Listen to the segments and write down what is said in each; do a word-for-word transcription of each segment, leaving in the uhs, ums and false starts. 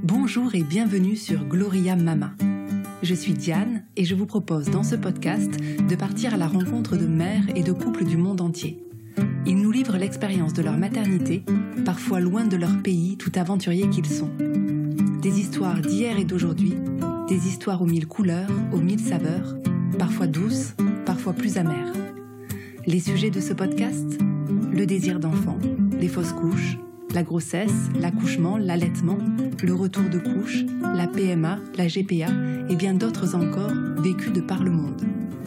Bonjour et bienvenue sur Gloria Mama. Je suis Diane et je vous propose dans ce podcast de partir à la rencontre de mères et de couples du monde entier. Ils nous livrent l'expérience de leur maternité, parfois loin de leur pays tout aventuriers qu'ils sont. Des histoires d'hier et d'aujourd'hui, des histoires aux mille couleurs, aux mille saveurs, parfois douces, parfois plus amères. Les sujets de ce podcast ? Le désir d'enfant, les fausses couches, la grossesse, l'accouchement, l'allaitement, le retour de couche, la P M A, la G P A et bien d'autres encore vécus de par le monde.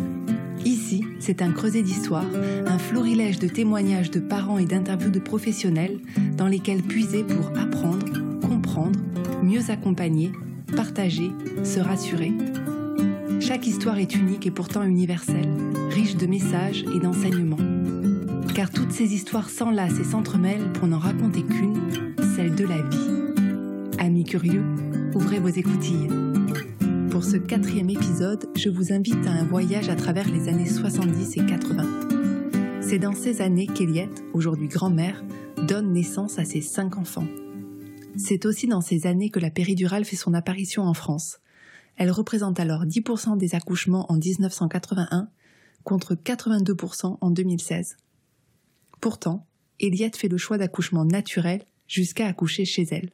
Ici, c'est un creuset d'histoires, un florilège de témoignages de parents et d'interviews de professionnels dans lesquels puiser pour apprendre, comprendre, mieux accompagner, partager, se rassurer. Chaque histoire est unique et pourtant universelle, riche de messages et d'enseignements. Car toutes ces histoires s'enlacent et s'entremêlent pour n'en raconter qu'une, celle de la vie. Amis curieux, ouvrez vos écoutilles. Pour ce quatrième épisode, je vous invite à un voyage à travers les années soixante-dix et quatre-vingts. C'est dans ces années qu'Eliette, aujourd'hui grand-mère, donne naissance à ses cinq enfants. C'est aussi dans ces années que la péridurale fait son apparition en France. Elle représente alors dix pour cent des accouchements en dix-neuf cent quatre-vingt-un, contre quatre-vingt-deux pour cent en deux mille seize. Pourtant, Eliette fait le choix d'accouchement naturel jusqu'à accoucher chez elle.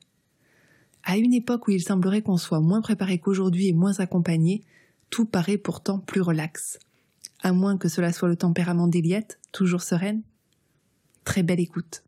À une époque où il semblerait qu'on soit moins préparé qu'aujourd'hui et moins accompagné, tout paraît pourtant plus relax. À moins que cela soit le tempérament d'Eliette, toujours sereine. Très belle écoute.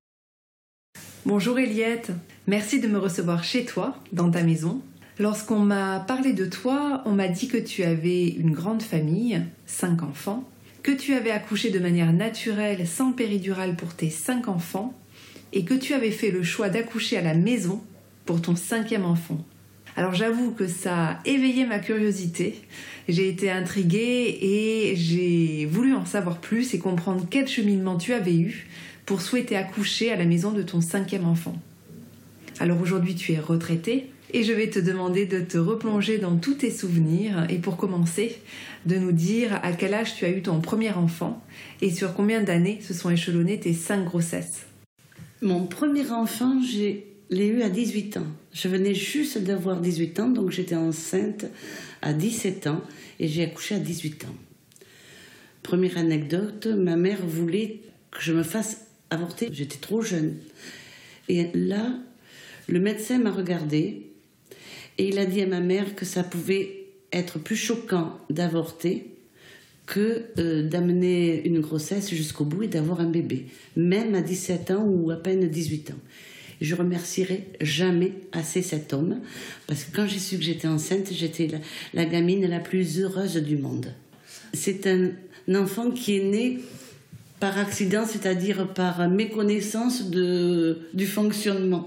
Bonjour Eliette, merci de me recevoir chez toi, dans ta maison. Lorsqu'on m'a parlé de toi, on m'a dit que tu avais une grande famille, cinq enfants, que tu avais accouché de manière naturelle, sans péridurale pour tes cinq enfants, et que tu avais fait le choix d'accoucher à la maison pour ton cinquième enfant. Alors j'avoue que ça a éveillé ma curiosité, j'ai été intriguée et j'ai voulu en savoir plus et comprendre quel cheminement tu avais eu pour souhaiter accoucher à la maison de ton cinquième enfant. Alors aujourd'hui tu es retraitée, et je vais te demander de te replonger dans tous tes souvenirs et pour commencer, de nous dire à quel âge tu as eu ton premier enfant et sur combien d'années se sont échelonnées tes cinq grossesses. Mon premier enfant, je l'ai eu à dix-huit ans. Je venais juste d'avoir dix-huit ans, donc j'étais enceinte à dix-sept ans et j'ai accouché à dix-huit ans. Première anecdote, ma mère voulait que je me fasse avorter. J'étais trop jeune. Et là, le médecin m'a regardée. Et il a dit à ma mère que ça pouvait être plus choquant d'avorter que euh, d'amener une grossesse jusqu'au bout et d'avoir un bébé, même à dix-sept ans ou à peine dix-huit ans. Et je remercierai jamais assez cet homme, parce que quand j'ai su que j'étais enceinte, j'étais la, la gamine la plus heureuse du monde. C'est un, un enfant qui est né par accident, c'est-à-dire par méconnaissance de, du fonctionnement.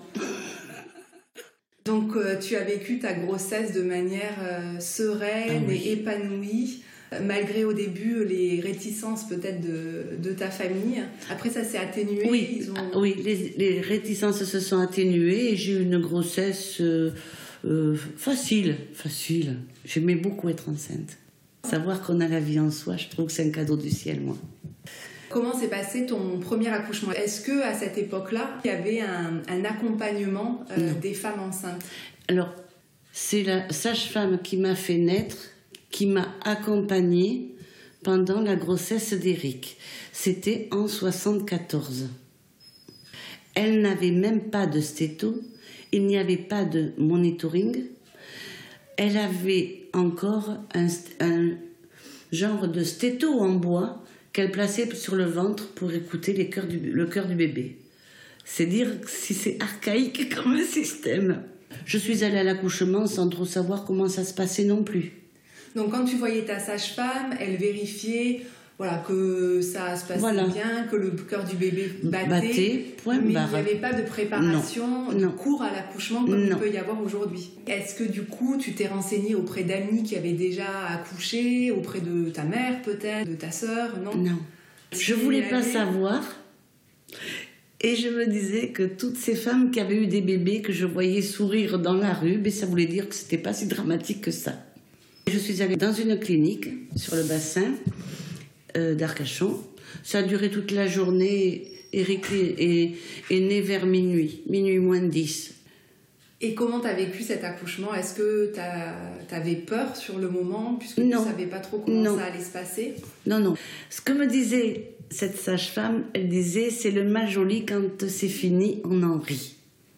Donc euh, tu as vécu ta grossesse de manière euh, sereine ah oui. et épanouie, euh, malgré au début les réticences peut-être de, de ta famille. Après ça s'est atténué. Oui, ils ont... ah, oui les, les réticences se sont atténuées et j'ai eu une grossesse euh, euh, facile, facile. J'aimais beaucoup être enceinte. Savoir qu'on a la vie en soi, je trouve que c'est un cadeau du ciel, moi. Comment s'est passé ton premier accouchement ? Est-ce qu'à cette époque-là, il y avait un, un accompagnement euh, des femmes enceintes ? Alors, c'est la sage-femme qui m'a fait naître, qui m'a accompagnée pendant la grossesse d'Éric. C'était en soixante-quatorze. Elle n'avait même pas de stéto, il n'y avait pas de monitoring. Elle avait encore un, un genre de stéto en bois qu'elle plaçait sur le ventre pour écouter les cœurs du, le cœur du bébé. C'est dire si c'est archaïque comme système. Je suis allée à l'accouchement sans trop savoir comment ça se passait non plus. Donc quand tu voyais ta sage-femme, elle vérifiait voilà, que ça se passait voilà. bien, que le cœur du bébé battait, battait point mais barre. il n'y avait pas de préparation, non. de non. cours à l'accouchement comme non. il peut y avoir aujourd'hui. Est-ce que du coup tu t'es renseignée auprès d'amis qui avaient déjà accouché, auprès de ta mère peut-être, de ta sœur, non ? Non. Je ne voulais pas savoir et je me disais que toutes ces femmes qui avaient eu des bébés que je voyais sourire dans la rue, ben ça voulait dire que ce n'était pas si dramatique que ça. Je suis allée dans une clinique sur le bassin Euh, d'Arcachon. Ça a duré toute la journée. Éric est, est, est né vers minuit, minuit moins dix. Et comment tu as vécu cet accouchement? Est-ce que tu avais peur sur le moment, puisque tu ne savais pas trop comment non. ça allait se passer? Non, non. Ce que me disait cette sage-femme, elle disait, c'est le mal joli, quand c'est fini, on en rit.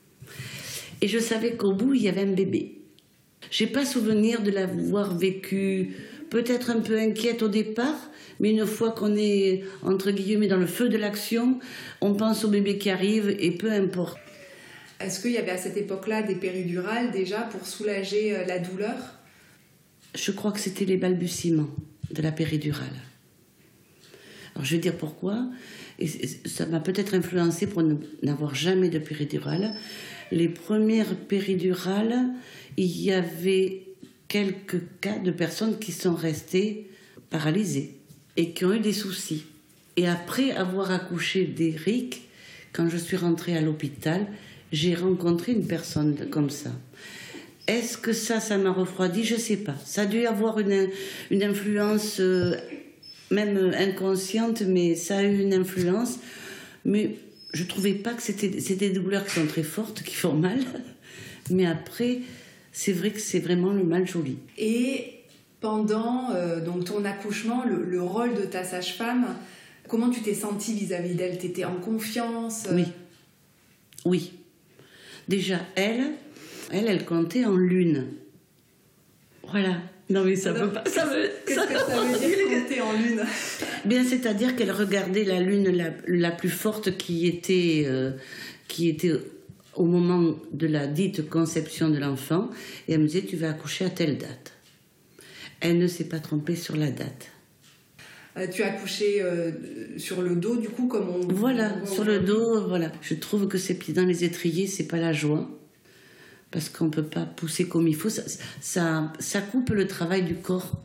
Et je savais qu'au bout, il y avait un bébé. J'ai pas souvenir de l'avoir vécu, peut-être un peu inquiète au départ, mais une fois qu'on est, entre guillemets, dans le feu de l'action, on pense au bébé qui arrive et peu importe. Est-ce qu'il y avait à cette époque-là des péridurales déjà pour soulager la douleur? Je crois que c'était les balbutiements de la péridurale. Alors je vais dire pourquoi. Et ça m'a peut-être influencé pour n'avoir jamais de péridurale. Les premières péridurales, il y avait quelques cas de personnes qui sont restées paralysées et qui ont eu des soucis. Et après avoir accouché d'Éric, quand je suis rentrée à l'hôpital, j'ai rencontré une personne comme ça. Est-ce que ça, ça m'a refroidi? Je ne sais pas. Ça a dû avoir une, une influence, euh, même inconsciente, mais ça a eu une influence. Mais je ne trouvais pas que c'était, c'était des douleurs qui sont très fortes, qui font mal. Mais après, c'est vrai que c'est vraiment le mal joli. Et pendant euh, donc ton accouchement, le, le rôle de ta sage-femme, comment tu t'es sentie vis-à-vis d'elle? Tu étais en confiance? Oui. Oui. Déjà, elle, elle, elle comptait en lune. Voilà. Non, mais ça Alors, peut pas... Ça veut, qu'est-ce ça que ça veut dire compter en lune? Bien, c'est-à-dire qu'elle regardait la lune la, la plus forte qui était, euh, qui était au moment de la dite conception de l'enfant, et elle me disait, tu vas accoucher à telle date. Elle ne s'est pas trompée sur la date. Euh, tu as accouché euh, sur le dos, du coup, comme on... Voilà, on sur le dos, voilà. Je trouve que c'est dans les étriers, c'est pas la joie, parce qu'on peut pas pousser comme il faut. Ça, ça, ça coupe le travail du corps.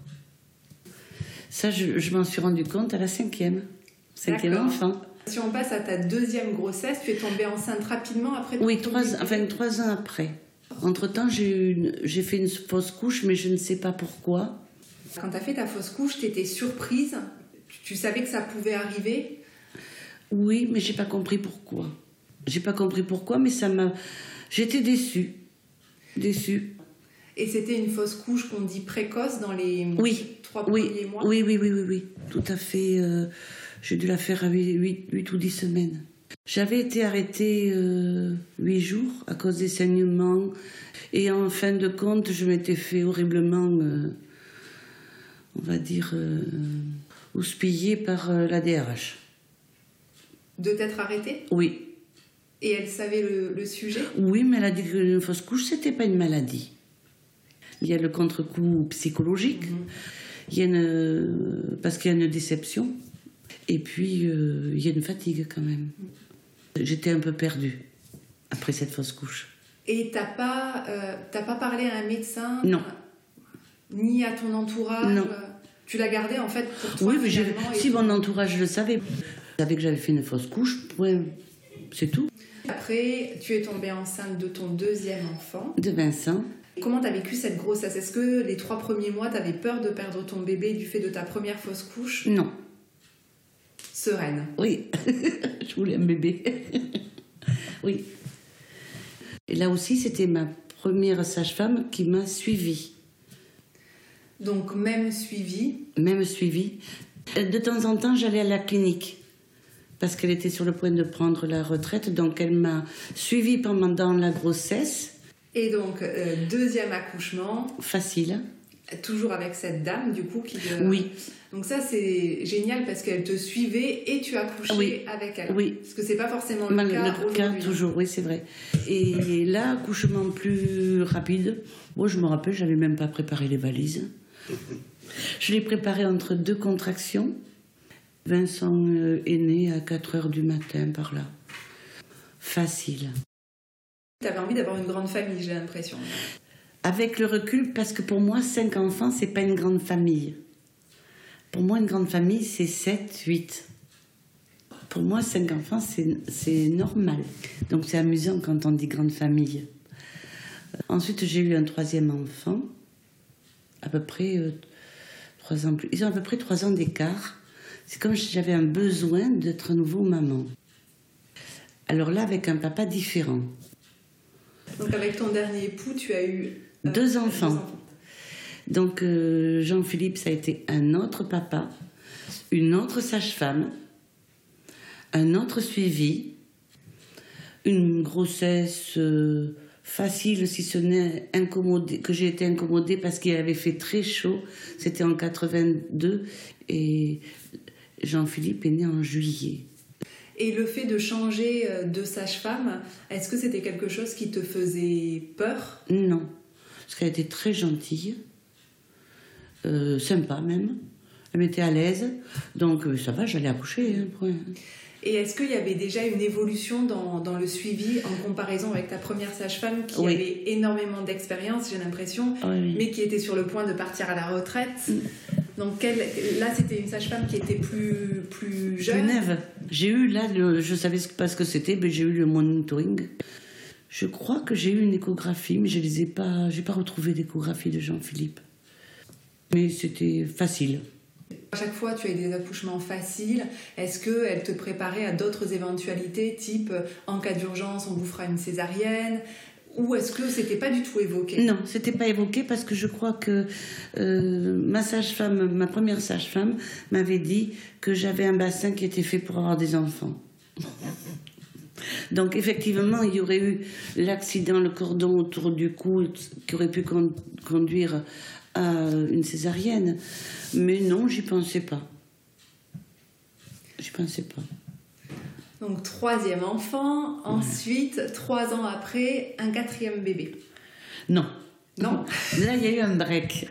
Ça, je, je m'en suis rendu compte à la cinquième, cinquième D'accord. enfant. Si on passe à ta deuxième grossesse, tu es tombée enceinte rapidement après ton Oui, trois, enfin, trois ans après. Entre-temps, j'ai, eu une, j'ai fait une fausse couche, mais je ne sais pas pourquoi. Quand tu as fait ta fausse couche, tu étais surprise? Tu savais que ça pouvait arriver? Oui, mais j'ai pas compris pourquoi. J'ai pas compris pourquoi, mais ça m'a... J'étais déçue. Déçue. Et c'était une fausse couche qu'on dit précoce dans les oui. trois oui. premiers mois? Oui, oui, oui, oui, oui. Tout à fait. Euh, j'ai dû la faire à huit ou dix semaines. J'avais été arrêtée euh, huit jours à cause des saignements. Et en fin de compte, je m'étais fait horriblement, euh, on va dire... Euh, houspillée par euh, la D R H. De t'être arrêtée? Oui. Et elle savait le, le sujet? Oui, mais elle a dit que une fausse couche, c'était pas une maladie. Il y a le contre-coup psychologique, mm-hmm. il y a une, parce qu'il y a une déception, et puis euh, il y a une fatigue quand même. Mm-hmm. J'étais un peu perdue après cette fausse couche. Et t'as pas, euh, t'as pas parlé à un médecin? Non. Ni à ton entourage? Non. Tu l'as gardé en fait pour toi? Oui, mais j'ai... si mon entourage le savait. Je savais que j'avais fait une fausse couche, point. C'est tout. Après, tu es tombée enceinte de ton deuxième enfant. De Vincent. Comment tu as vécu cette grossesse? Est-ce que les trois premiers mois, tu avais peur de perdre ton bébé du fait de ta première fausse couche? Non. Sereine? Oui. Je voulais un bébé. Oui. Et là aussi, c'était ma première sage-femme qui m'a suivie. Donc, même suivi? Même suivi. De temps en temps, j'allais à la clinique parce qu'elle était sur le point de prendre la retraite. Donc, elle m'a suivie pendant la grossesse. Et donc, euh, deuxième accouchement? Facile. Toujours avec cette dame, du coup, qui... De... Oui. Donc ça, c'est génial parce qu'elle te suivait et tu accouchais oui. avec elle. Oui. Parce que c'est pas forcément le Mal, cas le cas toujours, oui, c'est vrai. Et là, accouchement plus rapide. Moi, je me rappelle, j'avais même pas préparé les valises. Je l'ai préparé entre deux contractions. Vincent euh, est né à quatre heures du matin, par là. Facile. Tu avais envie d'avoir une grande famille, j'ai l'impression. Avec le recul, parce que pour moi, cinq enfants, c'est pas une grande famille. Pour moi, une grande famille, c'est sept, huit. Pour moi, cinq enfants, c'est, c'est normal. Donc c'est amusant quand on dit grande famille. Ensuite, j'ai eu un troisième enfant. À peu près euh, trois ans plus. Ils ont à peu près trois ans d'écart. C'est comme si j'avais un besoin d'être à nouveau maman. Alors là, avec un papa différent. Donc avec ton dernier époux, tu as eu euh, deux, enfants. deux enfants. Donc euh, Jean-Philippe, ça a été un autre papa, une autre sage-femme, un autre suivi, une grossesse euh, facile, si ce n'est incommodée, que j'ai été incommodée parce qu'il avait fait très chaud. C'était en quatre-vingt-deux et Jean-Philippe est né en juillet. Et le fait de changer de sage-femme, est-ce que c'était quelque chose qui te faisait peur ? Non, parce qu'elle était très gentille, euh, sympa même. Elle m'était à l'aise, donc euh, ça va, j'allais accoucher. Hein, point. Et est-ce qu'il y avait déjà une évolution dans, dans le suivi en comparaison avec ta première sage-femme qui oui. avait énormément d'expérience, j'ai l'impression, oui, oui. mais qui était sur le point de partir à la retraite mm. Donc quelle, là, c'était une sage-femme qui était plus, plus jeune. Plus neuve. J'ai eu là, le, je ne savais pas ce que c'était, mais j'ai eu le monitoring. Je crois que j'ai eu une échographie, mais je n'ai pas, j'ai pas retrouvé d'échographie de Jean-Philippe. Mais c'était facile. À chaque fois, tu as eu des accouchements faciles. Est-ce qu'elle te préparait à d'autres éventualités, type en cas d'urgence, on vous fera une césarienne ? Ou est-ce que c'était pas du tout évoqué ? Non, c'était pas évoqué parce que je crois que euh, ma sage-femme, ma première sage-femme, m'avait dit que j'avais un bassin qui était fait pour avoir des enfants. Donc effectivement, il y aurait eu l'accident, le cordon autour du cou qui aurait pu con- conduire à une césarienne. Mais non, j'y pensais pas. J'y pensais pas. Donc troisième enfant, ouais. Ensuite, trois ans après, un quatrième bébé. Non. Non. Là, il y a eu un break.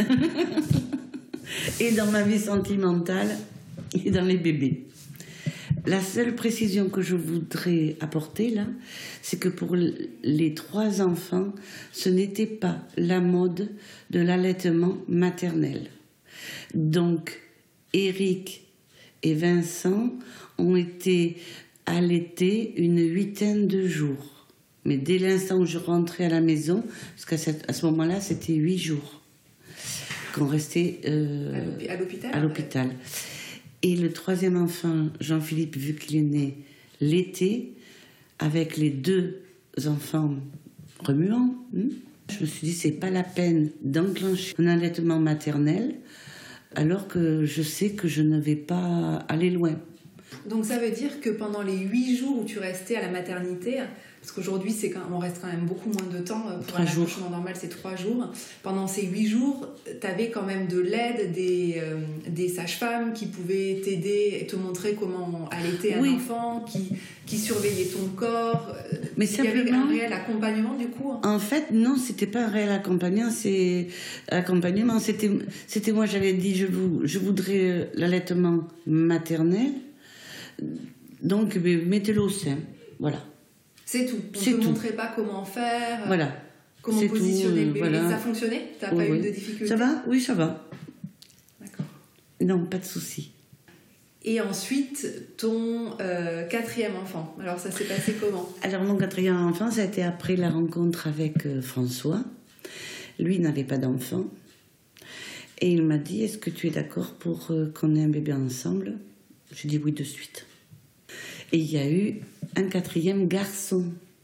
Et dans ma vie sentimentale, et dans les bébés. La seule précision que je voudrais apporter là, c'est que pour les trois enfants, ce n'était pas la mode de l'allaitement maternel. Donc, Eric et Vincent ont été allaités une huitaine de jours. Mais dès l'instant où je rentrais à la maison, parce qu'à cette, à ce moment-là, c'était huit jours qu'on restait euh, à l'hôpital. À l'hôpital. Et le troisième enfant, Jean-Philippe, vu qu'il est né l'été, avec les deux enfants remuants, hein, je me suis dit, c'est pas la peine d'enclencher un allaitement maternel, alors que je sais que je ne vais pas aller loin. Donc ça veut dire que pendant les huit jours où tu restais à la maternité, parce qu'aujourd'hui c'est quand, on reste quand même beaucoup moins de temps, pour un accouchement normal c'est trois jours, pendant ces huit jours, tu avais quand même de l'aide des, euh, des sages-femmes qui pouvaient t'aider et te montrer comment allaiter un oui. enfant, qui, qui surveillaient ton corps. Mais il y avait un réel accompagnement du coup. En fait, non, c'était pas un réel accompagnement, c'est accompagnement, c'était, c'était moi j'avais dit je, vous, je voudrais l'allaitement maternel. Donc, mettez-le au sein, voilà. C'est tout. On ne te montrait pas comment faire, voilà. comment c'est positionner tout, le bébé. voilà. Et ça fonctionnait ? Tu n'as oui, pas oui. eu de difficultés ? Ça va ? Oui, ça va. D'accord. Non, pas de souci. Et ensuite, ton euh, quatrième enfant. Alors, ça s'est passé comment ? Alors, mon quatrième enfant, ça a été après la rencontre avec euh, François. Lui n'avait pas d'enfant. Et il m'a dit, est-ce que tu es d'accord pour euh, qu'on ait un bébé ensemble ? J'ai dit oui de suite. Et il y a eu un quatrième garçon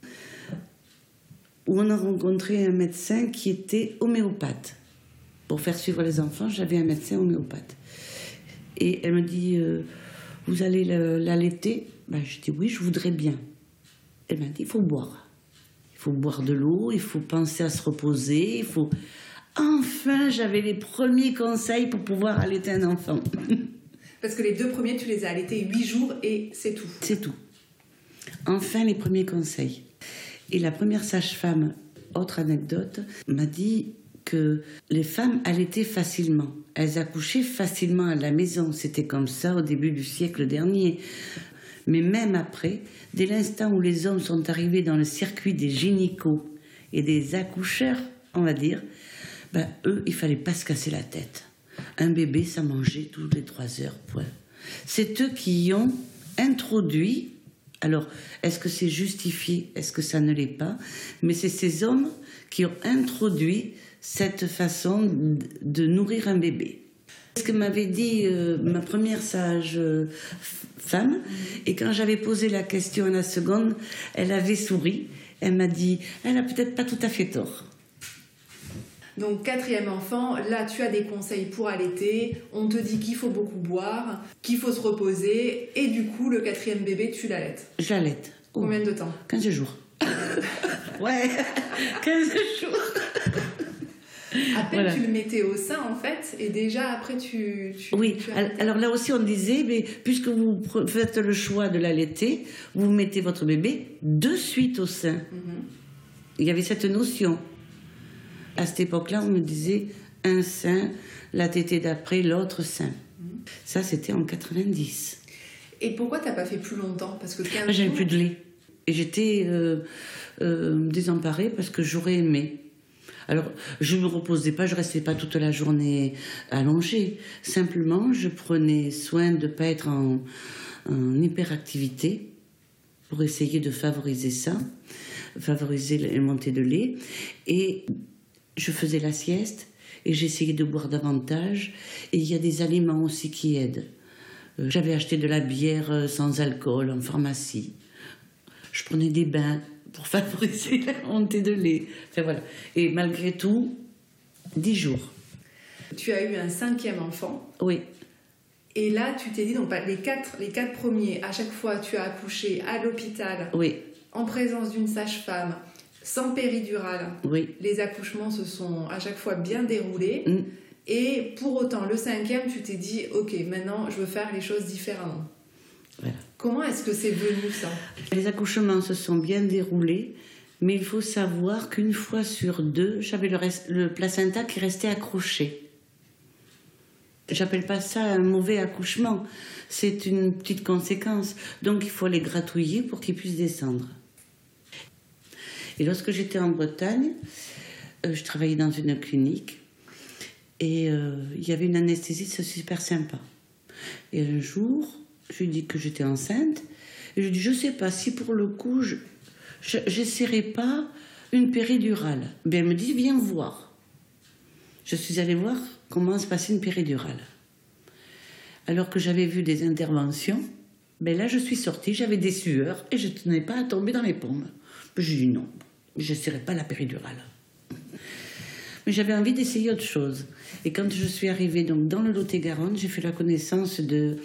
où on a rencontré un médecin qui était homéopathe. Pour faire suivre les enfants, j'avais un médecin homéopathe. Et elle me dit, euh, vous allez l'allaiter ? Ben, je dis oui, je voudrais bien. Elle m'a dit, il faut boire. Il faut boire de l'eau, il faut penser à se reposer, il faut... Enfin, j'avais les premiers conseils pour pouvoir allaiter un enfant. Parce que les deux premiers, tu les as allaités huit jours et c'est tout. C'est tout. Enfin, les premiers conseils. Et la première sage-femme, autre anecdote, m'a dit que les femmes allaitaient facilement. Elles accouchaient facilement à la maison. C'était comme ça au début du siècle dernier. Mais même après, dès l'instant où les hommes sont arrivés dans le circuit des gynécos et des accoucheurs, on va dire, ben, eux, il ne fallait pas se casser la tête. Un bébé, ça mangeait toutes les trois heures, point. C'est eux qui ont introduit, alors est-ce que c'est justifié, est-ce que ça ne l'est pas, mais c'est ces hommes qui ont introduit cette façon de nourrir un bébé. C'est ce que m'avait dit euh, ma première sage euh, femme, et quand j'avais posé la question à la seconde, elle avait souri, Elle m'a dit, elle a peut-être pas tout à fait tort. Donc quatrième enfant, là tu as des conseils pour allaiter, on te dit qu'il faut beaucoup boire, qu'il faut se reposer, et du coup le quatrième bébé tu l'allaites. Je l'allaite. Oh. Combien de temps? quinze jours. Ouais, quinze jours. À peine voilà. Tu le mettais au sein en fait, et déjà après tu... tu oui, tu alors là aussi on disait, mais puisque vous faites le choix de l'allaiter, vous mettez votre bébé de suite au sein. Mm-hmm. Il y avait cette notion. À cette époque-là, on me disait un sein, la tétée d'après, l'autre sein. Mmh. Ça, c'était en quatre-vingt-dix. Et pourquoi t'as pas fait plus longtemps? Parce que quinze J'avais jours... plus de lait. Et j'étais euh, euh, désemparée parce que j'aurais aimé. Alors, je ne me reposais pas, je ne restais pas toute la journée allongée. Simplement, je prenais soin de ne pas être en, en hyperactivité pour essayer de favoriser ça, favoriser la montée de lait. Et je faisais la sieste et j'essayais de boire davantage. Et il y a des aliments aussi qui aident. Euh, j'avais acheté de la bière sans alcool en pharmacie. Je prenais des bains pour favoriser la montée de lait. Enfin, voilà. Et malgré tout, dix jours. Tu as eu un cinquième enfant. Oui. Et là, tu t'es dit, donc les quatre, les quatre premiers, à chaque fois, tu as accouché à l'hôpital, oui. En présence d'une sage-femme, sans péridurale. Oui. Les accouchements se sont à chaque fois bien déroulés. Mm. Et pour autant, le cinquième, tu t'es dit, ok, maintenant, je veux faire les choses différemment. Voilà. Comment est-ce que c'est venu, ça? Les accouchements se sont bien déroulés, mais il faut savoir qu'une fois sur deux, j'avais le, reste, le placenta qui restait accroché. J'appelle pas ça un mauvais accouchement, c'est une petite conséquence. Donc il faut les gratouiller pour qu'ils puissent descendre. Et lorsque j'étais en Bretagne, euh, je travaillais dans une clinique et euh, il y avait une anesthésiste super sympa. Et un jour, je lui dis que j'étais enceinte et je lui dis, je sais pas si pour le coup, je j'essaierai pas une péridurale. Ben, elle me dit, viens voir. Je suis allée voir comment se passait une péridurale. Alors que j'avais vu des interventions, ben là je suis sortie, j'avais des sueurs et je ne tenais pas à tomber dans les pommes. Je dis non, je n'essaierai pas la péridurale. Mais j'avais envie d'essayer autre chose. Et quand je suis arrivée donc, dans le Lot-et-Garonne, j'ai fait la connaissance de,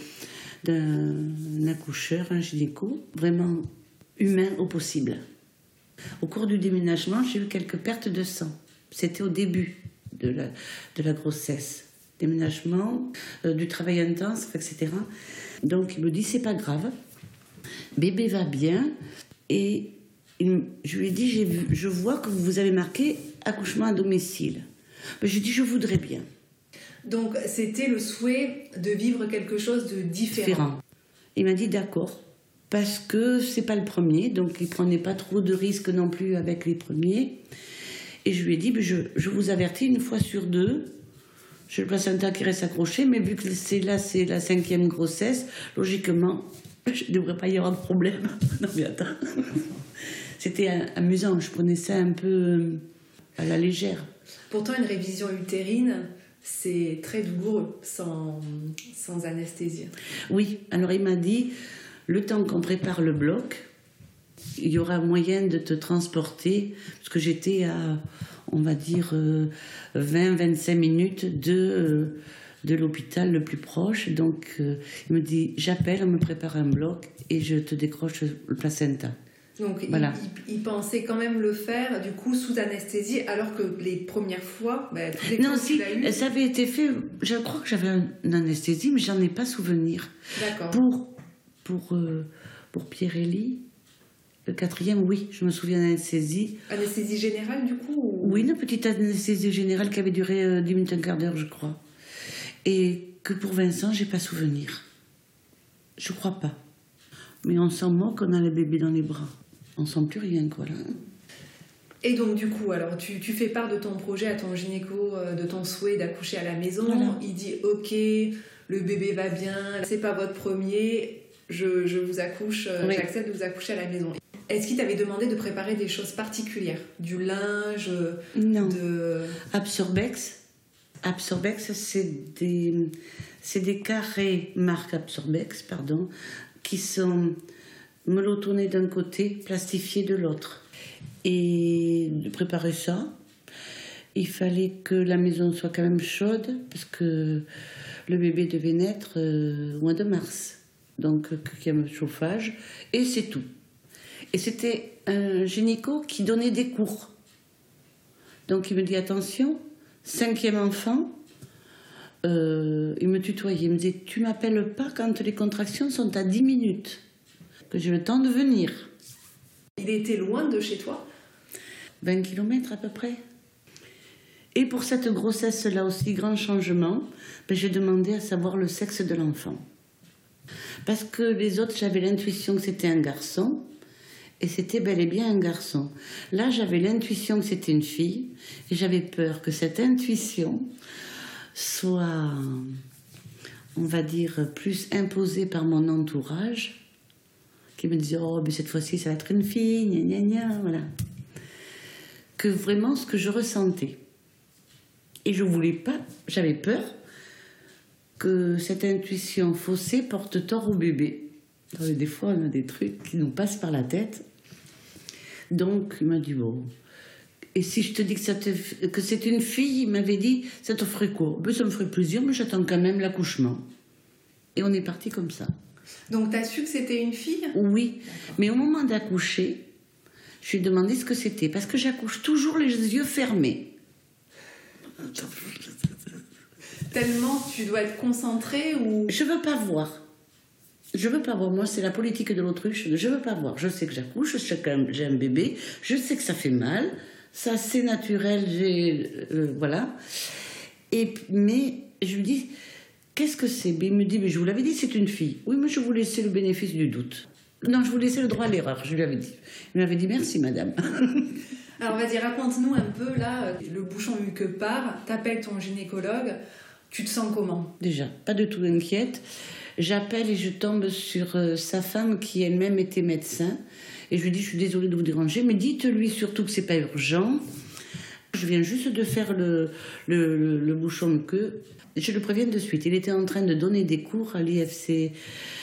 d'un accoucheur, un gynéco, vraiment humain au possible. Au cours du déménagement, j'ai eu quelques pertes de sang. C'était au début de la, de la grossesse. Déménagement, euh, du travail intense, et cetera. Donc il me dit, c'est pas grave, bébé va bien. Et il, je lui ai dit, j'ai vu, je vois que vous avez marqué accouchement à domicile. Ben, je lui ai dit, je voudrais bien. Donc c'était le souhait de vivre quelque chose de différent. différent. Il m'a dit, d'accord, parce que c'est pas le premier, donc il prenait pas trop de risques non plus avec les premiers. Et je lui ai dit, ben, je, je vous avertis une fois sur deux, j'ai le placenta qui reste accroché, mais vu que c'est là, c'est la cinquième grossesse, logiquement, je ne devrais pas y avoir de problème. Non mais attends. C'était amusant, je prenais ça un peu à la légère. Pourtant, une révision utérine, c'est très douloureux, sans, sans anesthésie. Oui, alors il m'a dit, le temps qu'on prépare le bloc, il y aura moyen de te transporter, parce que j'étais à, on va dire, euh, vingt à vingt-cinq minutes de, euh, de l'hôpital le plus proche. Donc, euh, il me dit, j'appelle, on me prépare un bloc et je te décroche le placenta. Donc, voilà. il, il, il pensait quand même le faire, du coup, sous anesthésie, alors que les premières fois... Bah, tous les non, si, eu... ça avait été fait... Je crois que j'avais une anesthésie, mais j'en ai pas souvenir. D'accord. Pour, pour, euh, pour Pierre-Élie... Le quatrième, oui, je me souviens d'anesthésie. Anesthésie générale, du coup ou... Oui, une petite anesthésie générale qui avait duré euh, dix minutes, un quart d'heure, je crois. Et que pour Vincent, j'ai pas souvenir. Je crois pas. Mais on sent moque qu'on a le bébé dans les bras. On sent plus rien, quoi, là. Et donc, du coup, alors, tu, tu fais part de ton projet à ton gynéco, euh, de ton souhait d'accoucher à la maison. Voilà. Il dit, ok, le bébé va bien, c'est pas votre premier, je, je vous accouche, euh, oui. J'accepte de vous accoucher à la maison. Est-ce qu'il t'avait demandé de préparer des choses particulières? Du linge? Non. De... Absorbex. Absorbex, c'est des, c'est des carrés marque Absorbex, pardon, qui sont melotonnés d'un côté, plastifiés de l'autre. Et de préparer ça, il fallait que la maison soit quand même chaude, parce que le bébé devait naître euh, au mois de mars. Donc, qu'il y ait un chauffage, et c'est tout. Et c'était un gynéco qui donnait des cours. Donc, il me dit, attention, cinquième enfant, euh, il me tutoyait. Il me disait, tu m'appelles pas quand les contractions sont à dix minutes, que j'ai le temps de venir. Il était loin de chez toi ? vingt kilomètres à peu près. Et pour cette grossesse-là aussi, grand changement, ben, j'ai demandé à savoir le sexe de l'enfant. Parce que les autres, j'avais l'intuition que c'était un garçon, et c'était bel et bien un garçon. Là, j'avais l'intuition que c'était une fille, et j'avais peur que cette intuition soit, on va dire, plus imposée par mon entourage, qui me disait, oh, mais cette fois-ci, ça va être une fille, gna gna gna, voilà. Que vraiment ce que je ressentais. Et je voulais pas, j'avais peur que cette intuition faussée porte tort au bébé. Alors, des fois, on a des trucs qui nous passent par la tête. Donc, il m'a dit, bon, et si je te dis que, ça te, que c'est une fille, il m'avait dit, ça te ferait quoi? Ben, ça me ferait plaisir, mais j'attends quand même l'accouchement. Et on est parti comme ça. Donc, tu as su que c'était une fille? Oui, mais au moment d'accoucher, je lui ai demandé ce que c'était, parce que j'accouche toujours les yeux fermés. Tellement tu dois être concentrée ou... Je veux pas voir. Je veux pas voir. Moi, c'est la politique de l'autruche. Je veux pas voir. Je sais que j'accouche, je sais que j'ai un bébé, je sais que ça fait mal, ça c'est naturel, j'ai... Euh, voilà. Et, mais je lui dis, qu'est-ce que c'est? Il me dit, mais je vous l'avais dit, c'est une fille. Oui, mais je vous laissais le bénéfice du doute. Non, je vous laissais le droit à l'erreur, je lui avais dit. Il m'avait dit, merci madame. Alors vas-y, raconte-nous un peu, là, le bouchon eu que part, t'appelles ton gynécologue, tu te sens comment? Déjà, pas du tout inquiète. J'appelle et je tombe sur euh, sa femme qui elle-même était médecin. Et je lui dis, je suis désolée de vous déranger, mais dites-lui surtout que c'est pas urgent. Je viens juste de faire le, le, le, le bouchon de queue. Je le préviens de suite. Il était en train de donner des cours à l'I F C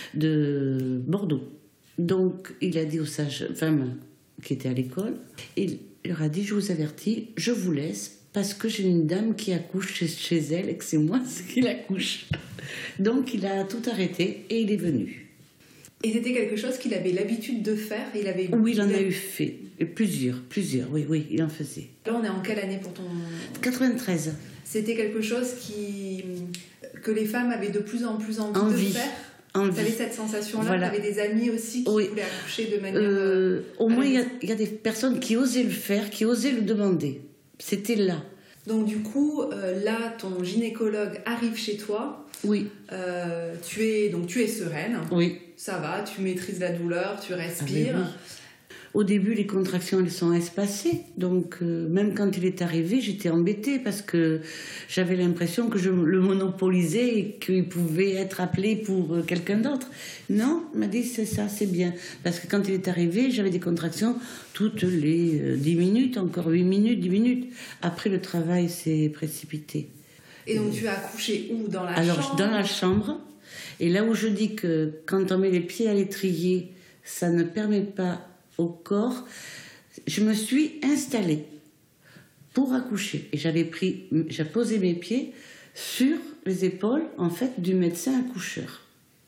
de Bordeaux. Donc, il a dit aux sages-femmes qui étaient à l'école, il leur a dit, je vous avertis, je vous laisse, parce que j'ai une dame qui accouche chez, chez elle et que c'est moi qui l'accouche. Donc, il a tout arrêté et il est venu. Et c'était quelque chose qu'il avait l'habitude de faire? Il avait... Oui, il en a eu fait. Et plusieurs, plusieurs, oui, oui, il en faisait. Là, on est en quelle année pour ton... quatre-vingt-treize. C'était quelque chose qui... que les femmes avaient de plus en plus envie, envie. de faire? Tu avais cette sensation-là? Voilà. Tu avais des amis aussi qui oui. voulaient accoucher de manière... Euh, au moins, il y, y y a des personnes qui osaient le faire, qui osaient le demander. C'était là. Donc du coup, euh, là, ton gynécologue arrive chez toi. Oui. Euh, tu es, donc tu es sereine. Oui. Ça va, tu maîtrises la douleur, tu respires. Ah, oui. Au début, les contractions, elles sont espacées. Donc, euh, même quand il est arrivé, j'étais embêtée parce que j'avais l'impression que je le monopolisais et qu'il pouvait être appelé pour euh, quelqu'un d'autre. Non, il m'a dit, c'est ça, c'est bien. Parce que quand il est arrivé, j'avais des contractions toutes les euh, dix minutes, encore huit minutes, dix minutes. Après, le travail s'est précipité. Et donc, tu as accouché où? Dans la Alors, chambre? Dans la chambre. Et là où je dis que quand on met les pieds à l'étrier, ça ne permet pas au corps, je me suis installée pour accoucher. Et j'avais pris, j'ai posé mes pieds sur les épaules, en fait, du médecin accoucheur.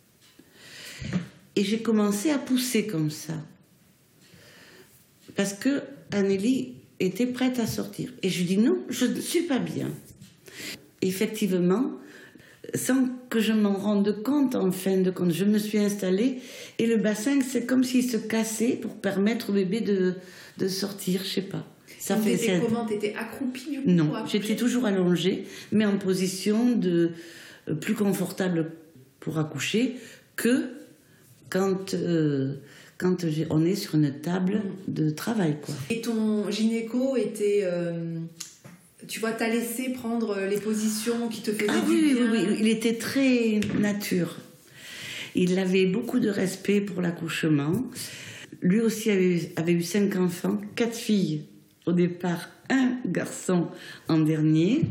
Et j'ai commencé à pousser comme ça. Parce que Annélie était prête à sortir. Et je lui dis non, je ne suis pas bien. Effectivement, sans que je m'en rende compte, en fin de compte, je me suis installée et le bassin, c'est comme s'il se cassait pour permettre au bébé de, de sortir, je sais pas. Ça fait ça... comment? T'étais accroupie du coup? Non, j'étais toujours allongée, mais en position de euh, plus confortable pour accoucher que quand euh, quand on est sur une table de travail, quoi. Et ton gynéco était euh... tu vois, t'as laissé prendre les positions qui te faisaient ah, du oui, bien. Oui, oui, il était très nature. Il avait beaucoup de respect pour l'accouchement. Lui aussi avait, avait eu cinq enfants, quatre filles au départ, un garçon en dernier.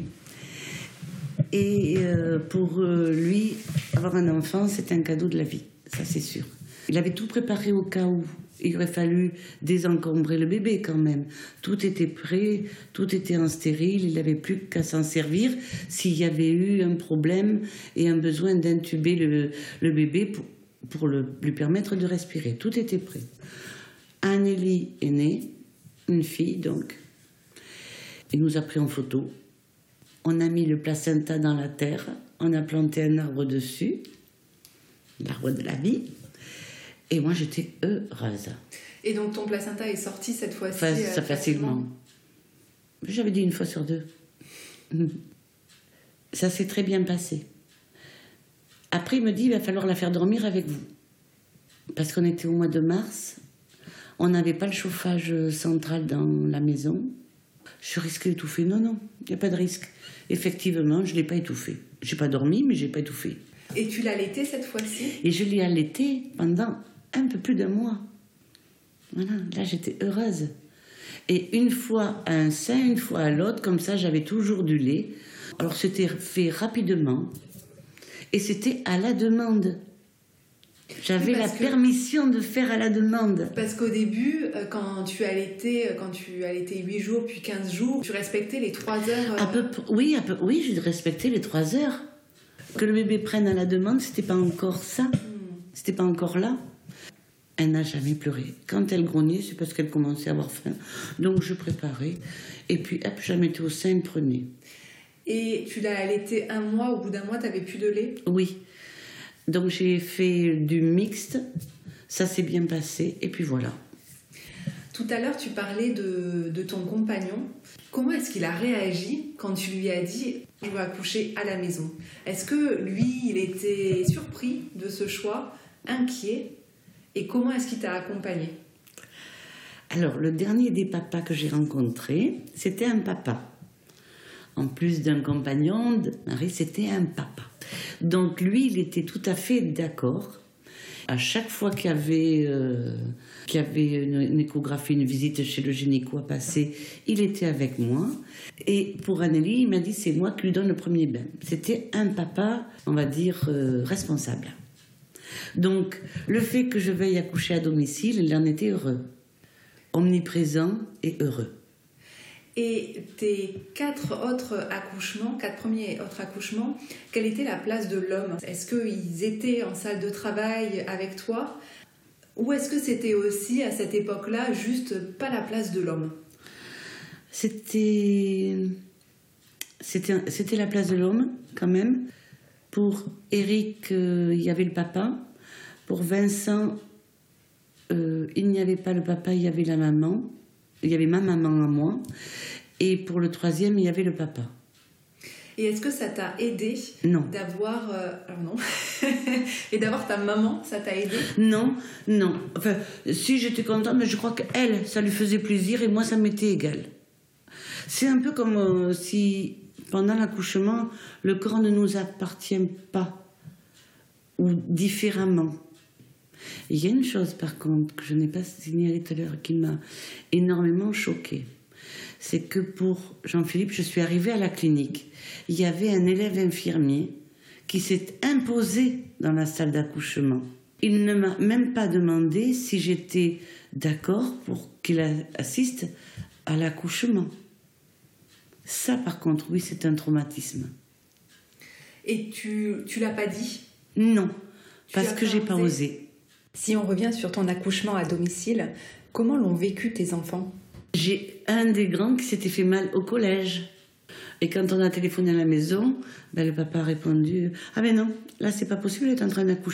Et euh, pour euh, lui, avoir un enfant, c'est un cadeau de la vie, ça c'est sûr. Il avait tout préparé au cas où. Il aurait fallu désencombrer le bébé quand même. Tout était prêt, tout était en stérile, il n'avait plus qu'à s'en servir s'il y avait eu un problème et un besoin d'intuber le, le bébé pour, pour le, lui permettre de respirer. Tout était prêt. Annélie est née, une fille donc. Il nous a pris en photo. On a mis le placenta dans la terre, on a planté un arbre dessus, l'arbre de la vie. Et moi, j'étais heureuse. Et donc, ton placenta est sorti cette fois-ci Fa- euh, Ça facilement. J'avais dit une fois sur deux. Ça s'est très bien passé. Après, il me dit, il va falloir la faire dormir avec vous. Parce qu'on était au mois de mars. On n'avait pas le chauffage central dans la maison. Je risquais d'étouffer. Non, non, il n'y a pas de risque. Effectivement, je ne l'ai pas étouffé. Je n'ai pas dormi, mais je n'ai pas étouffé. Et tu l'as allaité cette fois-ci? Et je l'ai allaité pendant un peu plus d'un mois. Voilà, là j'étais heureuse. Et une fois à un sein, une fois à l'autre, comme ça j'avais toujours du lait. Alors c'était fait rapidement et c'était à la demande. J'avais Oui, la que, permission de faire à la demande. Parce qu'au début, quand tu allaitais, quand tu allaitais huit jours puis quinze jours, tu respectais les trois heures. À peu, oui, à peu, oui, j'ai respecté les trois heures. Que le bébé prenne à la demande, c'était pas encore ça. Mm. C'était pas encore là. Elle n'a jamais pleuré. Quand elle grognait, c'est parce qu'elle commençait à avoir faim. Donc je préparais. Et puis, hop, je la mettais au sein et prenais. Et tu l'as allaité un mois, au bout d'un mois, tu n'avais plus de lait? Oui. Donc j'ai fait du mixte. Ça s'est bien passé. Et puis voilà. Tout à l'heure, tu parlais de, de ton compagnon. Comment est-ce qu'il a réagi quand tu lui as dit « je veux accoucher à la maison » Est-ce que lui, il était surpris de ce choix, inquiet? Et comment est-ce qu'il t'a accompagné? Alors, le dernier des papas que j'ai rencontré, c'était un papa. En plus d'un compagnon, de Marie, c'était un papa. Donc lui, il était tout à fait d'accord. À chaque fois qu'il y avait, euh, qu'il y avait une, une échographie, une visite chez le gynéco à passer, il était avec moi. Et pour Annélie, il m'a dit, c'est moi qui lui donne le premier bain. C'était un papa, on va dire, euh, responsable. Donc, le fait que je veuille accoucher à domicile, il en était heureux. Omniprésent et heureux. Et tes quatre autres accouchements, quatre premiers autres accouchements, quelle était la place de l'homme? Est-ce qu'ils étaient en salle de travail avec toi? Ou est-ce que c'était aussi, à cette époque-là, juste pas la place de l'homme? C'était... C'était, c'était la place de l'homme, quand même. Pour Eric, euh, il y avait le papa. Pour Vincent, euh, il n'y avait pas le papa, il y avait la maman. Il y avait ma maman à moi. Et pour le troisième, il y avait le papa. Et est-ce que ça t'a aidé non. d'avoir... Euh, alors non. Et d'avoir ta maman, ça t'a aidé? Non, non. Enfin, si j'étais contente, mais je crois qu'elle, ça lui faisait plaisir et moi, ça m'était égal. C'est un peu comme euh, si, pendant l'accouchement, le corps ne nous appartient pas. Ou différemment. Il y a une chose, par contre, que je n'ai pas signalée tout à l'heure, qui m'a énormément choquée. C'est que pour Jean-Philippe, je suis arrivée à la clinique. Il y avait un élève infirmier qui s'est imposé dans la salle d'accouchement. Il ne m'a même pas demandé si j'étais d'accord pour qu'il assiste à l'accouchement. Ça, par contre, oui, c'est un traumatisme. Et tu tu l'as pas dit? Non, tu parce que j'ai pas osé. Si on revient sur ton accouchement à domicile, comment l'ont vécu tes enfants? J'ai un des grands qui s'était fait mal au collège. Et quand on a téléphoné à la maison, ben le papa a répondu « Ah ben non, là c'est pas possible, elle est en train d'accoucher. »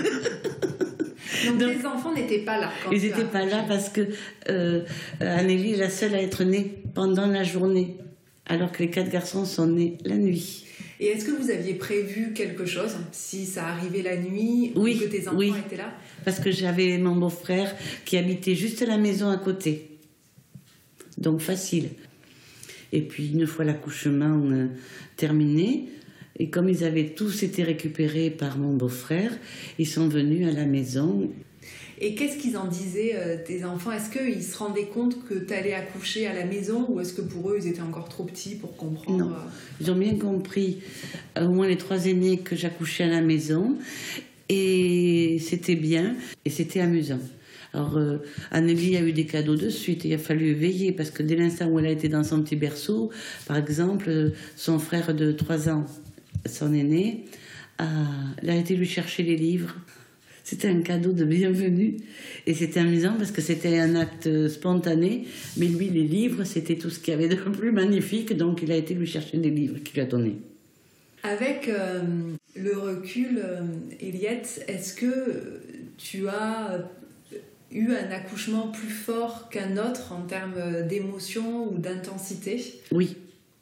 Donc, Donc tes enfants n'étaient pas là quand Ils tu n'étaient pas là parce que euh, Annélie est la seule à être née pendant la journée, alors que les quatre garçons sont nés la nuit. Et est-ce que vous aviez prévu quelque chose, si ça arrivait la nuit, oui, ou que tes enfants oui, étaient là? Parce que j'avais mon beau-frère qui habitait juste à la maison à côté. Donc facile. Et puis une fois l'accouchement euh, terminé, et comme ils avaient tous été récupérés par mon beau-frère, ils sont venus à la maison. Et qu'est-ce qu'ils en disaient, euh, tes enfants? Est-ce qu'ils se rendaient compte que tu allais accoucher à la maison, ou est-ce que pour eux, ils étaient encore trop petits pour comprendre? Non, ils ont bien compris, au moins les trois aînés, que j'accouchais à la maison. Et c'était bien, et c'était amusant. Alors, euh, Annélie a eu des cadeaux de suite. Il a fallu veiller parce que dès l'instant où elle a été dans son petit berceau, par exemple, euh, son frère de trois ans, son aîné, a, elle a été lui chercher les livres. C'était un cadeau de bienvenue. Et c'était amusant parce que c'était un acte spontané. Mais lui, les livres, c'était tout ce qu'il y avait de plus magnifique. Donc, il a été lui chercher des livres qu'il lui a donnés. Avec euh, le recul, euh, Eliette, est-ce que tu as eu un accouchement plus fort qu'un autre en termes d'émotion ou d'intensité ? Oui.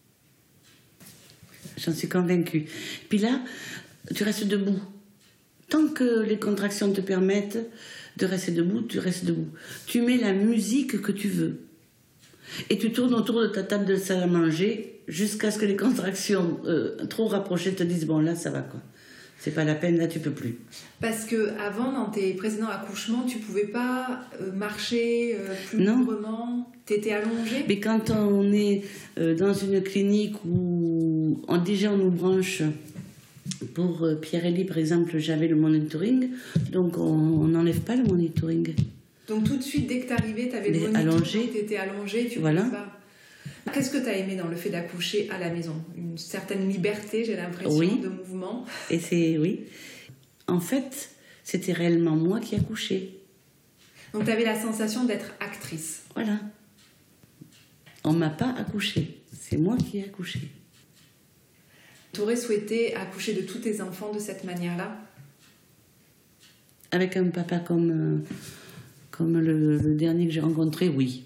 J'en suis convaincue. Puis là, tu restes debout. Tant que les contractions te permettent de rester debout, tu restes debout. Tu mets la musique que tu veux. Et tu tournes autour de ta table de salle à manger jusqu'à ce que les contractions euh, trop rapprochées te disent « bon, là, ça va, quoi. C'est pas la peine, là, tu peux plus. » Parce qu'avant, dans tes précédents accouchements, tu pouvais pas euh, marcher euh, plus librement. Tu étais allongée. Mais quand on est euh, dans une clinique où on, déjà on nous branche, pour euh, Pierre-Élie, par exemple, j'avais le monitoring, donc on n'enlève pas le monitoring. Donc tout de suite, dès que tu arrivais, tu avais le monitoring, tu étais allongée, tu ne voilà. pouvais pas. Qu'est-ce que tu as aimé dans le fait d'accoucher à la maison ? Une certaine liberté, j'ai l'impression, oui. de mouvement. Et c'est, oui. En fait, c'était réellement moi qui accouchais. Donc tu avais la sensation d'être actrice. Voilà. On ne m'a pas accouchée. C'est moi qui ai accouché. Tu aurais souhaité accoucher de tous tes enfants de cette manière-là ? Avec un papa comme, euh, comme le, le dernier que j'ai rencontré, oui.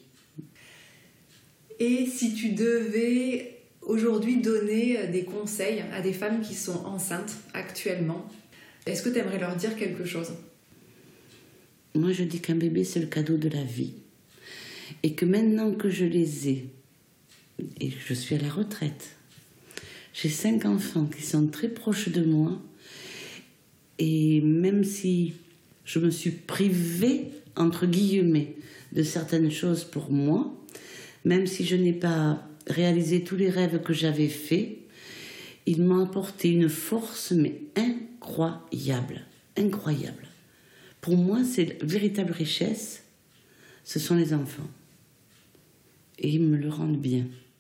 Et si tu devais aujourd'hui donner des conseils à des femmes qui sont enceintes actuellement, est-ce que tu aimerais leur dire quelque chose ? Moi, je dis qu'un bébé, c'est le cadeau de la vie. Et que maintenant que je les ai, et que je suis à la retraite, j'ai cinq enfants qui sont très proches de moi. Et même si je me suis privée, entre guillemets, de certaines choses pour moi, même si je n'ai pas réalisé tous les rêves que j'avais faits, ils m'ont apporté une force, mais incroyable. Incroyable. Pour moi, c'est la véritable richesse, ce sont les enfants. Et ils me le rendent bien.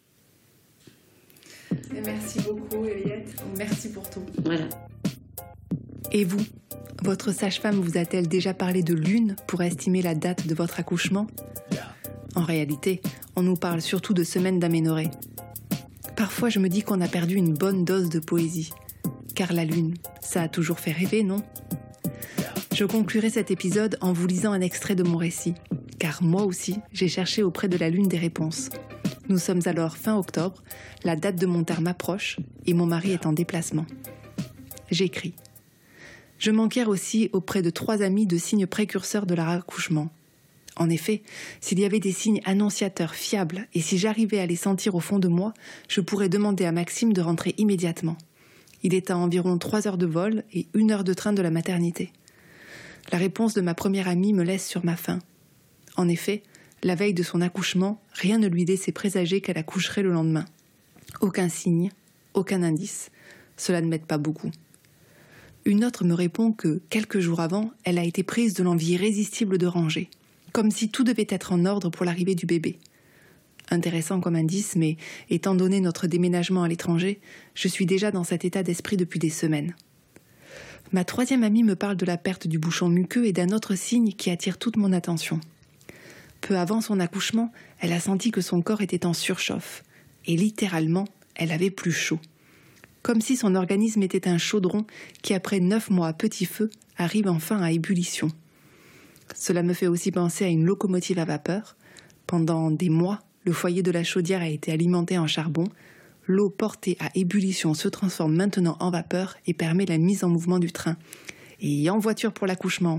Et merci beaucoup, Eliette. Merci pour tout. Voilà. Et vous, votre sage-femme vous a-t-elle déjà parlé de lune pour estimer la date de votre accouchement ? En réalité, on nous parle surtout de semaines d'aménorrhée. Parfois, je me dis qu'on a perdu une bonne dose de poésie. Car la lune, ça a toujours fait rêver, non ? Je conclurai cet épisode en vous lisant un extrait de mon récit. Car moi aussi, j'ai cherché auprès de la lune des réponses. Nous sommes alors fin octobre, la date de mon terme approche et mon mari est en déplacement. J'écris. Je m'enquière aussi auprès de trois amis de signes précurseurs de leur accouchement. En effet, s'il y avait des signes annonciateurs fiables et si j'arrivais à les sentir au fond de moi, je pourrais demander à Maxime de rentrer immédiatement. Il est à environ trois heures de vol et une heure de train de la maternité. La réponse de ma première amie me laisse sur ma faim. En effet, la veille de son accouchement, rien ne lui laissait présager qu'elle accoucherait le lendemain. Aucun signe, aucun indice. Cela ne m'aide pas beaucoup. Une autre me répond que, quelques jours avant, elle a été prise de l'envie irrésistible de ranger, comme si tout devait être en ordre pour l'arrivée du bébé. Intéressant comme indice, mais étant donné notre déménagement à l'étranger, je suis déjà dans cet état d'esprit depuis des semaines. Ma troisième amie me parle de la perte du bouchon muqueux et d'un autre signe qui attire toute mon attention. Peu avant son accouchement, elle a senti que son corps était en surchauffe, et littéralement, elle avait plus chaud. Comme si son organisme était un chaudron qui, après neuf mois à petit feu, arrive enfin à ébullition. Cela me fait aussi penser à une locomotive à vapeur. Pendant des mois, le foyer de la chaudière a été alimenté en charbon. L'eau portée à ébullition se transforme maintenant en vapeur et permet la mise en mouvement du train. Et en voiture pour l'accouchement.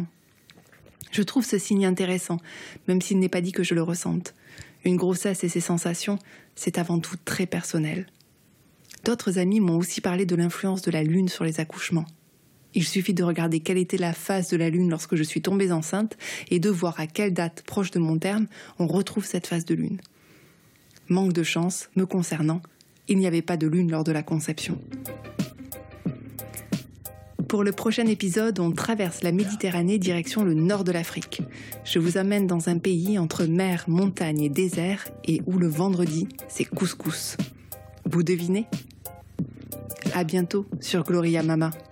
Je trouve ce signe intéressant, même s'il n'est pas dit que je le ressente. Une grossesse et ses sensations, c'est avant tout très personnel. D'autres amis m'ont aussi parlé de l'influence de la lune sur les accouchements. Il suffit de regarder quelle était la phase de la lune lorsque je suis tombée enceinte et de voir à quelle date proche de mon terme on retrouve cette phase de lune. Manque de chance, me concernant, il n'y avait pas de lune lors de la conception. Pour le prochain épisode, on traverse la Méditerranée direction le nord de l'Afrique. Je vous amène dans un pays entre mer, montagne et désert et où le vendredi, c'est couscous. Vous devinez ? À bientôt sur Gloria Mama.